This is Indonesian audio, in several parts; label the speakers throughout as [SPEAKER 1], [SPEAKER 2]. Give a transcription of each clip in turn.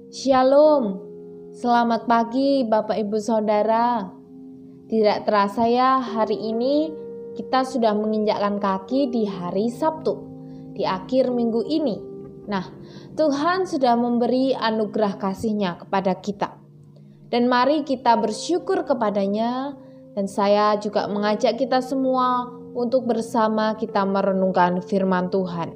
[SPEAKER 1] Shalom, selamat pagi Bapak Ibu Saudara. Tidak terasa ya, hari ini kita sudah menginjakkan kaki di hari Sabtu, di akhir minggu ini. Nah, Tuhan sudah memberi anugerah kasih-Nya kepada kita. Dan mari kita bersyukur kepadanya, dan saya juga mengajak kita semua untuk bersama kita merenungkan firman Tuhan.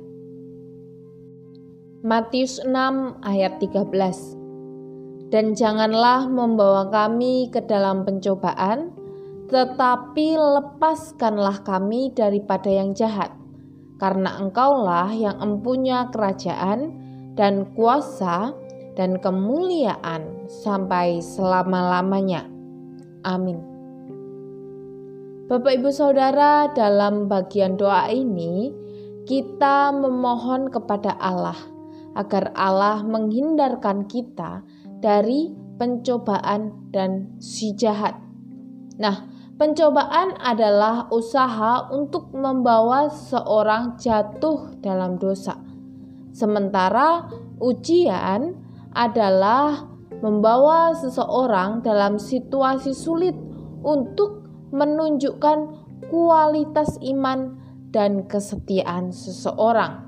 [SPEAKER 1] Matius 6 ayat 13. Dan janganlah membawa kami ke dalam pencobaan, tetapi lepaskanlah kami daripada yang jahat. Karena Engkaulah yang empunya kerajaan dan kuasa dan kemuliaan sampai selama-lamanya. Amin. Bapak Ibu Saudara, dalam bagian doa ini kita memohon kepada Allah agar Allah menghindarkan kita dari pencobaan dan si jahat. Nah, pencobaan adalah usaha untuk membawa seorang jatuh dalam dosa. Sementara ujian adalah membawa seseorang dalam situasi sulit untuk menunjukkan kualitas iman dan kesetiaan seseorang.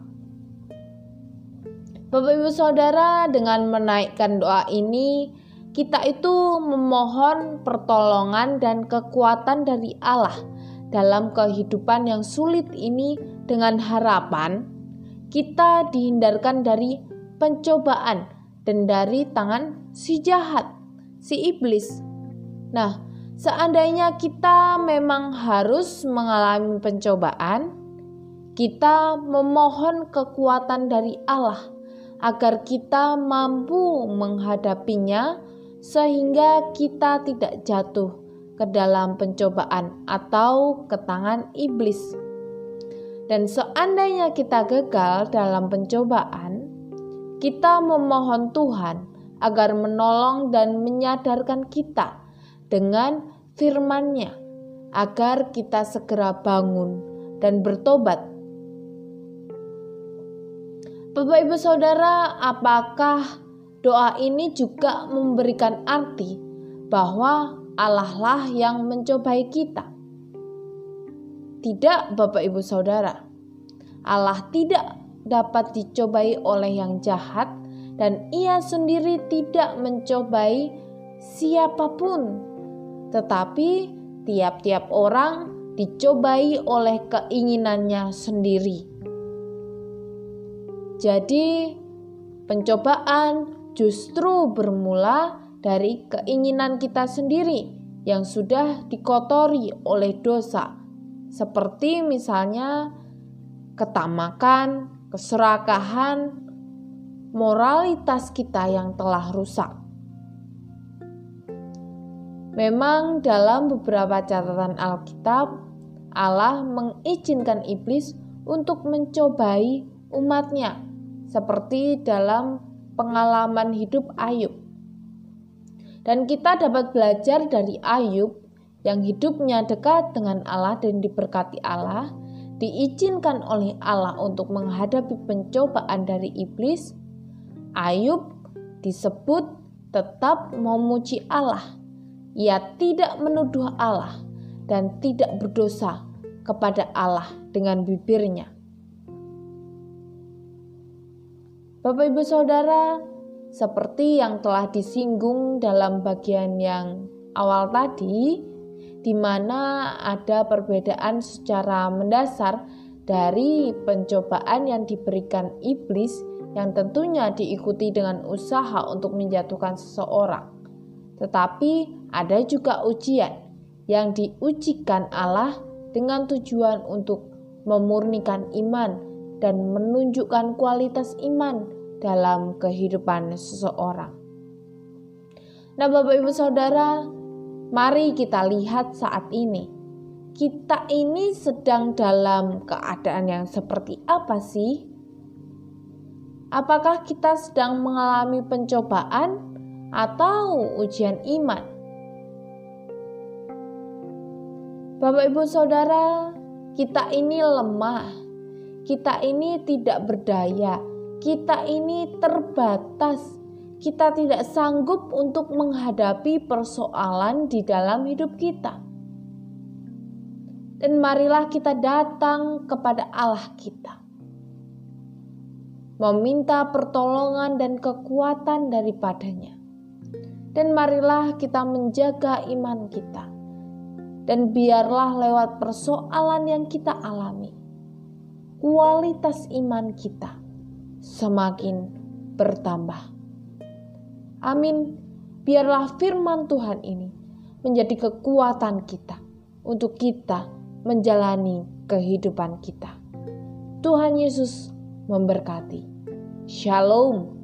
[SPEAKER 1] Bapak Ibu Saudara, dengan menaikkan doa ini, kita itu memohon pertolongan dan kekuatan dari Allah dalam kehidupan yang sulit ini, dengan harapan kita dihindarkan dari pencobaan dan dari tangan si jahat, si iblis. Nah, seandainya kita memang harus mengalami pencobaan, kita memohon kekuatan dari Allah agar kita mampu menghadapinya sehingga kita tidak jatuh ke dalam pencobaan atau ke tangan iblis. Dan seandainya kita gagal dalam pencobaan, kita memohon Tuhan agar menolong dan menyadarkan kita dengan firman-Nya agar kita segera bangun dan bertobat. Bapak Ibu Saudara, apakah doa ini juga memberikan arti bahwa Allah lah yang mencobai kita? Tidak, Bapak Ibu Saudara. Allah tidak dapat dicobai oleh yang jahat, dan Ia sendiri tidak mencobai siapapun. Tetapi tiap-tiap orang dicobai oleh keinginannya sendiri. Jadi, pencobaan justru bermula dari keinginan kita sendiri yang sudah dikotori oleh dosa, seperti misalnya ketamakan, keserakahan, moralitas kita yang telah rusak. Memang dalam beberapa catatan Alkitab, Allah mengizinkan iblis untuk mencobai umatnya, seperti dalam pengalaman hidup Ayub. Dan kita dapat belajar dari Ayub yang hidupnya dekat dengan Allah dan diberkati Allah, diizinkan oleh Allah untuk menghadapi pencobaan dari iblis. Ayub disebut tetap memuji Allah. Ia tidak menuduh Allah dan tidak berdosa kepada Allah dengan bibirnya. Bapak Ibu Saudara, seperti yang telah disinggung dalam bagian yang awal tadi, di mana ada perbedaan secara mendasar dari pencobaan yang diberikan iblis yang tentunya diikuti dengan usaha untuk menjatuhkan seseorang. Tetapi ada juga ujian yang diujikan Allah dengan tujuan untuk memurnikan iman dan menunjukkan kualitas iman dalam kehidupan seseorang. Nah, Bapak Ibu Saudara, mari kita lihat saat ini. Kita ini sedang dalam keadaan yang seperti apa sih? Apakah kita sedang mengalami pencobaan atau ujian iman? Bapak Ibu Saudara, kita ini lemah. Kita ini tidak berdaya. Kita ini terbatas. kita tidak sanggup untuk menghadapi persoalan di dalam hidup kita. Dan marilah kita datang kepada Allah kita, meminta pertolongan dan kekuatan daripadanya. Dan marilah kita menjaga iman kita. Dan biarlah lewat persoalan yang kita alami, kualitas iman kita semakin bertambah. Amin. Biarlah firman Tuhan ini menjadi kekuatan kita untuk kita menjalani kehidupan kita. Tuhan Yesus memberkati. Shalom.